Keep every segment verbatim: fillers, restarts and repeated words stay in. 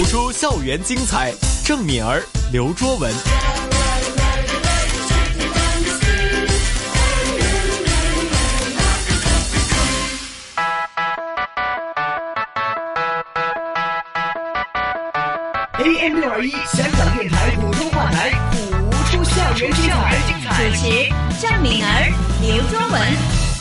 出校园精彩，郑敏儿、刘卓文。 A M 六二一香港电台普通话台，谱出校园精彩。 主持郑敏儿、刘卓文。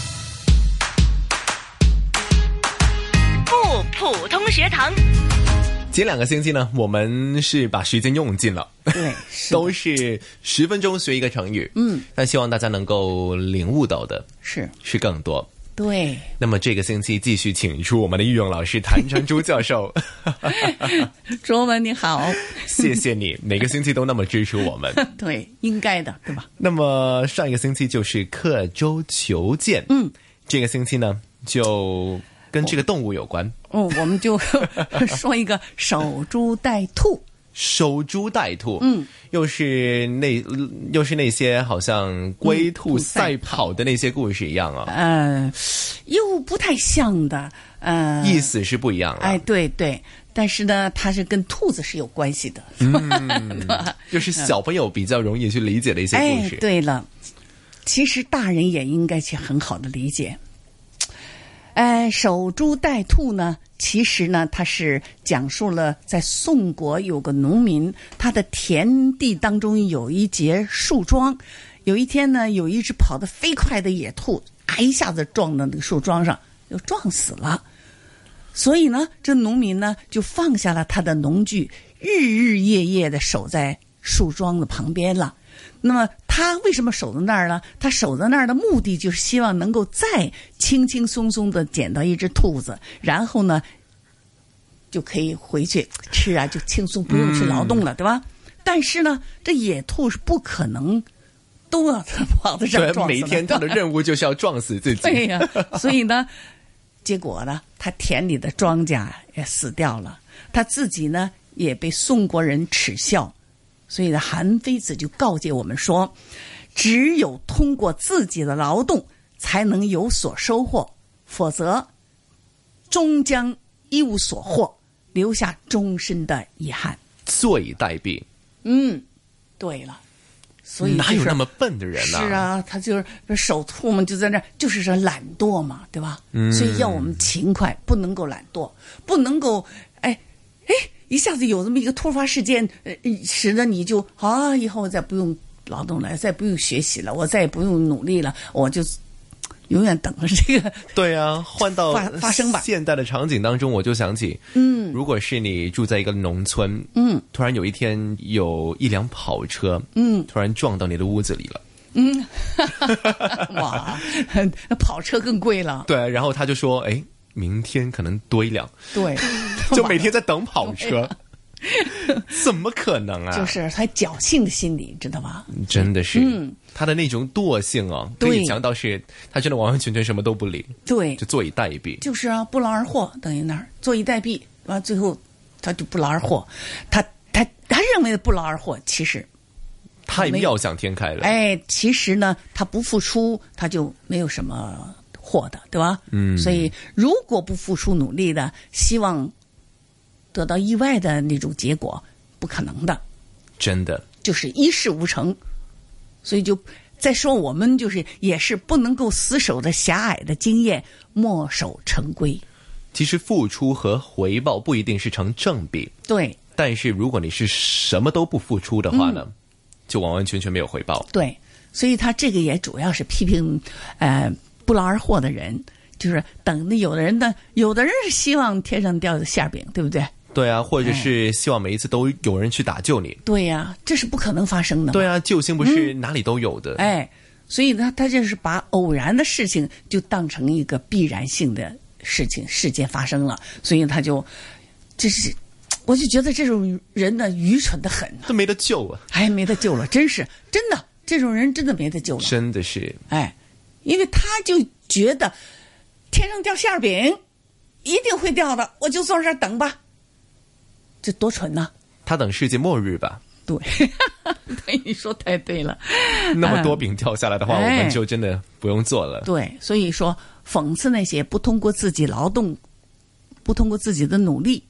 不普通学堂。 前两个星期呢，我们是把时间用尽了， 对，是都是十分钟学一个成语。嗯，但希望大家能够领悟到的是是更多。 对， 那么这个星期继续请出我们的御用老师谭成珠教授。 卓文你好， 谢谢你，每个星期都那么支持我们。 对，应该的，对吧？ 那么上一个星期就是刻舟求剑，嗯，这个星期呢就跟这个动物有关。 哦，我们就说一个守株待兔。 守株待兔，嗯，又是那又是那些好像龟兔赛跑的那些故事一样啊， 呃，又不太像的，呃， 意思是不一样了。 哎，对对，但是呢，它是跟兔子是有关系的， 嗯，就是小朋友比较容易去理解的一些故事。 哎，对了，其实大人也应该去很好的理解。哎，守株待兔呢，其实呢，它是讲述了在宋国有个农民，他的田地当中有一节树桩，有一天呢，有一只跑得飞快的野兔，啊，一下子撞到那个树桩上，就撞死了。所以呢，这农民呢就放下了他的农具，日日夜夜的守在树桩的旁边了。那么他为什么守在那儿呢？他守在那儿的目的就是希望能够再轻轻松松的捡到一只兔子，然后呢就可以回去吃啊，就轻松不用去劳动了，嗯，对吧？但是呢，这野兔是不可能都要跑得上撞死， 每一天他的任务就是要撞死自己。 对呀，所以呢，结果呢，他田里的庄稼也死掉了，他自己呢也被宋国人耻笑。所以呢，韩非子就告诫我们说，只有通过自己的劳动才能有所收获，否则终将一无所获，留下终身的遗憾， 坐以待毙。 嗯，对了，所以，就是， 哪有那么笨的人呢？ 是啊，他就是守兔嘛，就在那，就是说懒惰嘛，对吧？嗯，所以要我们勤快，不能够懒惰，不能够哎哎。一下子有这么一个突发事件，呃，使得你就啊，以后我再不用劳动了，再不用学习了，我再也不用努力了，我就永远等着这个。 对啊，换到发生吧。 现代的场景当中，我就想起，嗯，如果是你住在一个农村，嗯，突然有一天有一辆跑车，嗯，突然撞到你的屋子里了。 嗯，哇，跑车更贵了。 对，然后他就说，哎。明天可能多一辆， 对， 就每天在等跑车，怎么可能啊？ 就是他侥幸的心理，知道吗？ 真的是，嗯，他的那种惰性啊，可以强到是他真的完完全全什么都不理， 对， 就坐以待毙。 就是啊，不劳而获，等于那儿坐以待毙，完最后他就不劳而获，他他他认为的不劳而获，其实太妙想天开了。 哎，其实呢，他不付出，他就没有什么获的，对吧？嗯，所以如果不付出努力的，希望得到意外的那种结果，不可能的， 真的就是一事无成。所以就再说我们就是也是不能够死守着狭隘的经验，墨守成规。 其实付出和回报不一定是成正比， 对。 但是如果你是什么都不付出的话呢，嗯，就完完全全没有回报。 对，所以他这个也主要是批评，呃。不劳而获的人，就是等的有的人呢，有的人是希望天上掉的馅饼，对不对？ 对啊，或者是希望每一次都有人去打救你。 对呀，啊，这是不可能发生的。 对啊，救星不是哪里都有的。 嗯，哎，所以呢，他就是把偶然的事情就当成一个必然性的事情事件发生了，所以他就，这是，我就觉得这种人呢愚蠢得很， 都没得救啊！ 哎，没得救了，真是真的，这种人真的没得救了， 真的是， 哎。因为他就觉得天上掉馅饼一定会掉的，我就坐这儿等吧，这多蠢呢！ 他等世界末日吧？ 对，对，你说太对了。 那么多饼掉下来的话，哎，我们就真的不用做了。 对，所以说讽刺那些不通过自己劳动、不通过自己的努力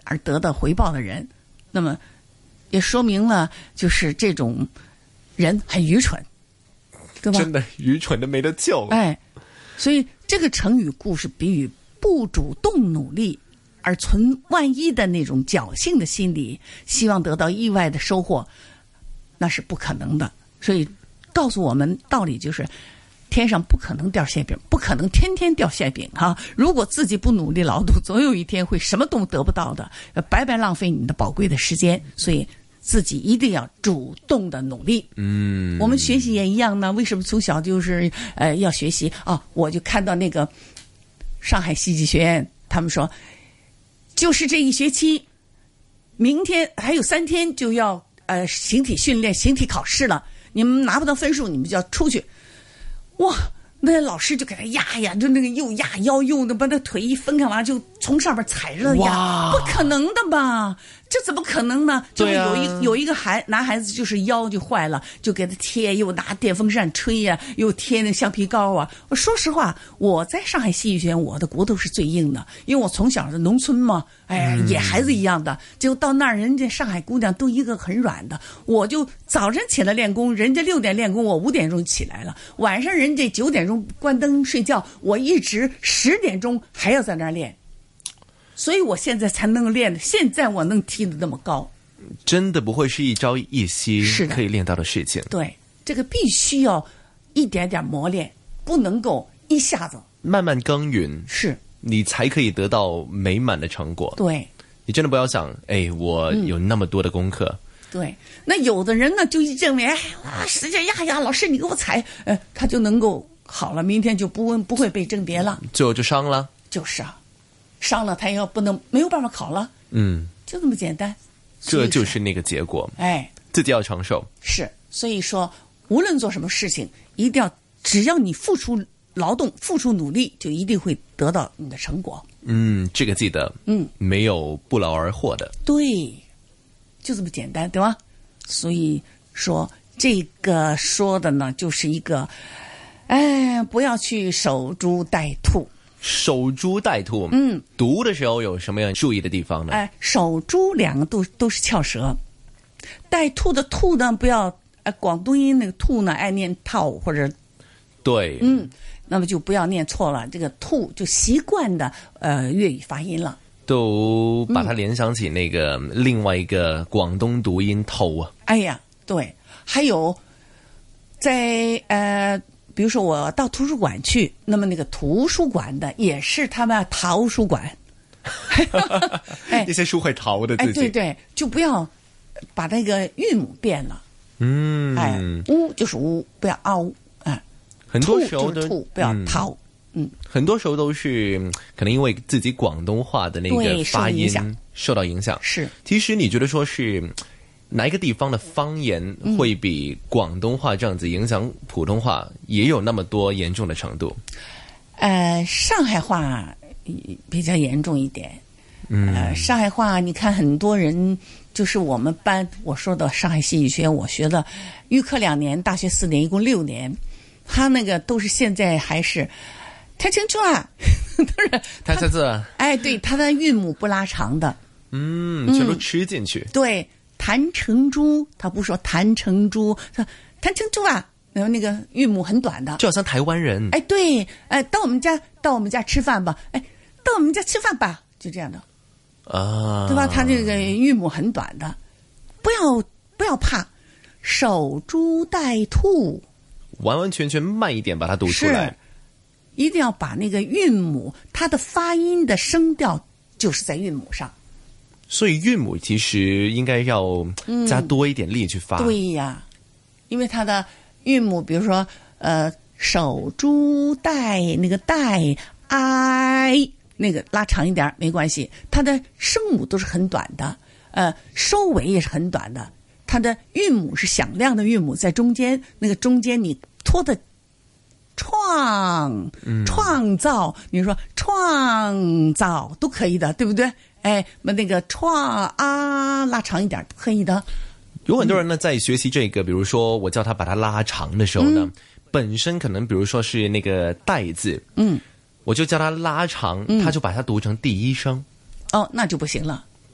而得到回报的人，那么也说明了就是这种人很愚蠢，对吧？ 真的愚蠢的没得救。 哎，所以这个成语故事比喻不主动努力而存万一的那种侥幸的心理，希望得到意外的收获，那是不可能的。所以告诉我们道理就是，天上不可能掉馅饼，不可能天天掉馅饼哈、啊。如果自己不努力劳动，总有一天会什么都得不到的，白白浪费你的宝贵的时间。所以自己一定要主动的努力。 嗯， 我们学习也一样呢。为什么从小就是呃要学习啊？我就看到那个上海戏剧学院，他们说，就是这一学期，明天还有三天就要呃形体训练、形体考试了。你们拿不到分数，你们就要出去。哇！那老师就给他压呀，就那个又压腰，又把那腿一分开完，就从上面踩着压，不可能的吧？这怎么可能呢？就有一、啊、有一个孩男孩子就是腰就坏了，就给他贴，又拿电风扇吹呀、啊，又贴那橡皮膏啊。我说实话，我在上海戏剧学院，我的骨头是最硬的，因为我从小的农村嘛，哎，野孩子一样的。结果到那儿，人家上海姑娘都一个很软的，我就早晨起来练功，人家六点练功，我五点钟起来了，晚上人家九点钟关灯睡觉，我一直十点钟还要在那儿练。所以我现在才能练的，现在我能踢得那么高， 真的不会是一朝一夕可以练到的事情。 对，这个必须要一点点磨练，不能够一下子慢慢耕耘， 是你才可以得到美满的成果。 对， 你真的不要想，哎，我有那么多的功课。嗯、 对，那有的人呢就认为，哎，哇，使劲压压，老师你给我踩，呃，他就能够好了，明天就不不会被甄别了， 最后就伤了。 就是啊。伤了他也不能没有办法考了， 嗯， 就这么简单， 这就是那个结果， 哎， 自己要承受。 是，所以说无论做什么事情，一定要只要你付出劳动、付出努力，就一定会得到你的成果。 嗯，这个记得， 嗯， 没有不劳而获的， 对，就这么简单，对吧？所以说这个说的呢，就是一个，哎，不要去守株待兔。 守株待兔， 嗯， 读的时候有什么样注意的地方呢？ 哎，守株两个都都是翘舌，待兔的兔呢，不要，呃，广东音那个兔呢，爱念套或者， 对， 嗯，那么就不要念错了，这个兔就习惯的呃粤语发音了， 都把它联想起那个、嗯、另外一个广东读音偷啊。 哎呀，对，还有在呃。比如说我到图书馆去，那么那个图书馆的也是他们淘书馆， 哎，那些书会淘的自己， 哎，对对，就不要把那个韵母变了， 嗯， 哎，乌就是乌，不要啊乌，哎， 很多时候都不要淘，嗯，嗯很多时候都是可能因为自己广东话的那个发音受到影响， 是。 其实你觉得说是哪一个地方的方言会比广东话这样子影响普通话也有那么多严重的程度？ 呃，上海话比较严重一点。 嗯， 呃，上海话你看很多人，就是我们班我说的上海戏剧学院，我学的预科两年，大学四年，一共六年，他那个都是现在还是太清楚啊，都是太清楚啊。 哎，对，他的韵母不拉长的， 嗯，全都吃进去。 嗯、对。谭成珠，他不说谭成珠，他谭成珠啊，然后那个韵母很短的， 就好像台湾人。 哎，对，哎，到我们家，到我们家吃饭吧，哎，到我们家吃饭吧，就这样的， 啊， 对吧？他这个韵母很短的，不要不要怕，守株待兔， 完完全全慢一点把它读出来， 一定要把那个韵母，它的发音的声调就是在韵母上。 所以韵母其实应该要加多一点力去发。 嗯、对呀，因为它的韵母，比如说呃，守株待那个待哀，那个拉长一点没关系，它的声母都是很短的，呃，收尾也是很短的。它的韵母是响亮的韵母在中间，那个中间你拖的创创造，你说创造都可以的，对不对？哎，那个创啊拉长一点都可以的。 有很多人呢在学习这个，比如说我叫他把它拉长的时候呢，嗯、本身可能比如说是那个带字， 嗯， 我就叫他拉长，嗯、他就把它读成第一声。 哦，那就不行了。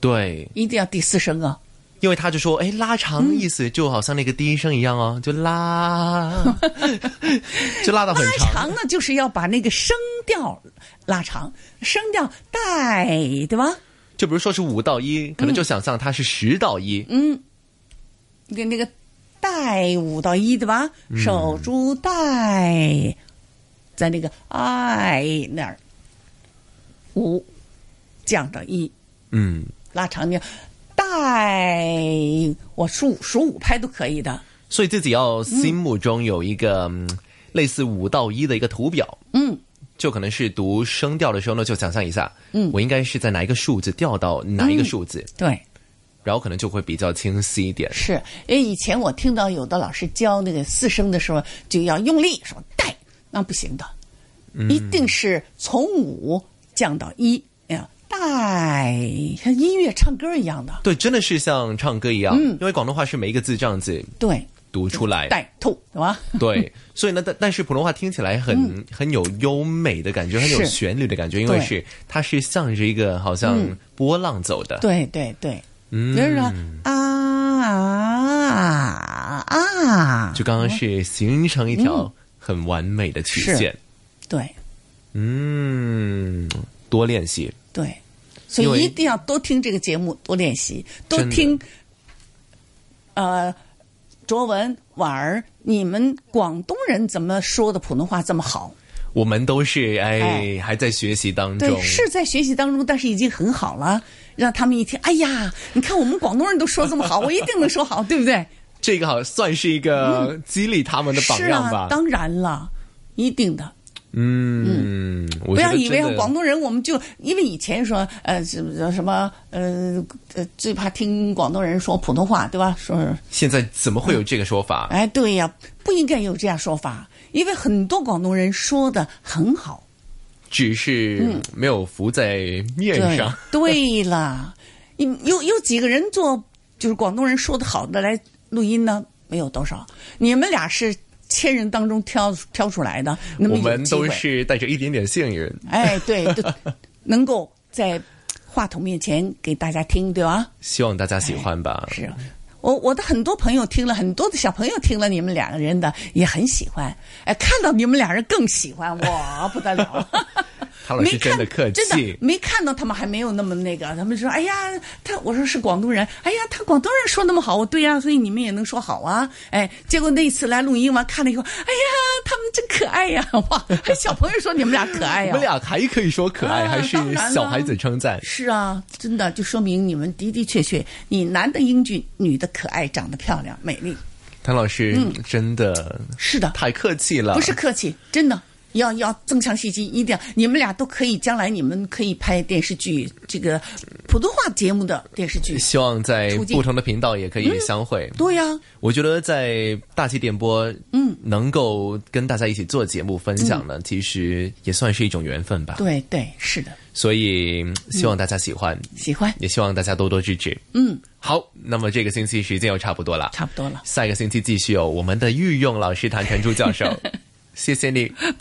对， 一定要第四声啊。 因为他就说，哎，拉长意思就好像那个第一声一样哦，就拉，就拉到很长。 拉长呢，就是要把那个声调拉长，声调带，对吧？ 就比如说是五到一，可能就想象它是十到一。 嗯，跟那个带五到一，对吧？ 嗯、 守株待，在那个爱那儿，五降到一， 嗯， 拉长调。带我数五数五拍都可以的， 所以自己要心目中有一个、嗯、类似五到一的一个图表， 嗯， 就可能是读声调的时候呢，就想象一下， 嗯， 我应该是在哪一个数字调到哪一个数字， 嗯、对， 然后可能就会比较清晰一点。 是因为以前我听到有的老师教那个四声的时候，就要用力说带，那不行的， 嗯、 一定是从五降到一。带像音乐唱歌一样的， 对，真的是像唱歌一样， 嗯， 因为广东话是每一个字这样子对读出来， 带吐，对吧？ 对，所以呢，但但是普通话听起来很、嗯、很有优美的感觉，很有旋律的感觉，因为是它是向着一个好像波浪走的， 嗯、对对对， 嗯， 比如说啊啊啊， 就刚刚是形成一条很完美的曲线， 嗯、对， 嗯，多练习。 对，所以一定要多听这个节目，多练习，多听。呃，卓文、婉儿，你们广东人怎么说的普通话这么好？ 我们都是哎，哎还在学习当中。 对，是在学习当中，但是已经很好了。让他们一听，哎呀，你看我们广东人都说这么好，我一定能说好，对不对？ 这个好算是一个激励他们的榜样吧？ 嗯、是啊，当然了，一定的。 嗯， 不要以为广东人我们就因为以前说呃什么什么呃呃最怕听广东人说普通话，对吧？说现在怎么会有这个说法？ 嗯、哎，对呀，不应该有这样说法，因为很多广东人说的很好， 只是没有浮在面上。 嗯、对, 对了，有有几个人做就是广东人说的好的来录音呢？没有多少，你们俩是。千人当中挑挑出来的，那么我们都是带着一点点幸运。 哎，对，能够在话筒面前给大家听，对吧？ 希望大家喜欢吧。 哎、是我我的很多朋友听了，很多的小朋友听了你们两个人的也很喜欢。哎，看到你们俩人更喜欢，哇，不得了！ 唐老师真的客气， 真的没看到他们还没有那么那个，他们说：“哎呀，他我说是广东人，哎呀，他广东人说那么好，我对呀、啊，所以你们也能说好啊。”哎，结果那一次来录音完看了以后，哎呀，他们真可爱呀！哇，还小朋友说你们俩可爱呀、啊， 我们俩还可以说可爱，啊、还是小孩子称赞。 是啊，真的就说明你们的的确确，你男的英俊，女的可爱，长得漂亮美丽。 唐老师、嗯、真的是的， 太客气了， 不是客气，真的。要要增强信心，一定要你们俩都可以，将来你们可以拍电视剧，这个普通话节目的电视剧。 希望在不同的频道也可以相会。 嗯、对呀、啊， 我觉得在大气电波，嗯，能够跟大家一起做节目分享呢，嗯、其实也算是一种缘分吧。 对对，是的。 所以希望大家喜欢， 嗯、喜欢， 也希望大家多多支持。嗯，好，那么这个星期时间又差不多了， 差不多了。 下一个星期继续有我们的御用老师谭成珠教授，谢谢你。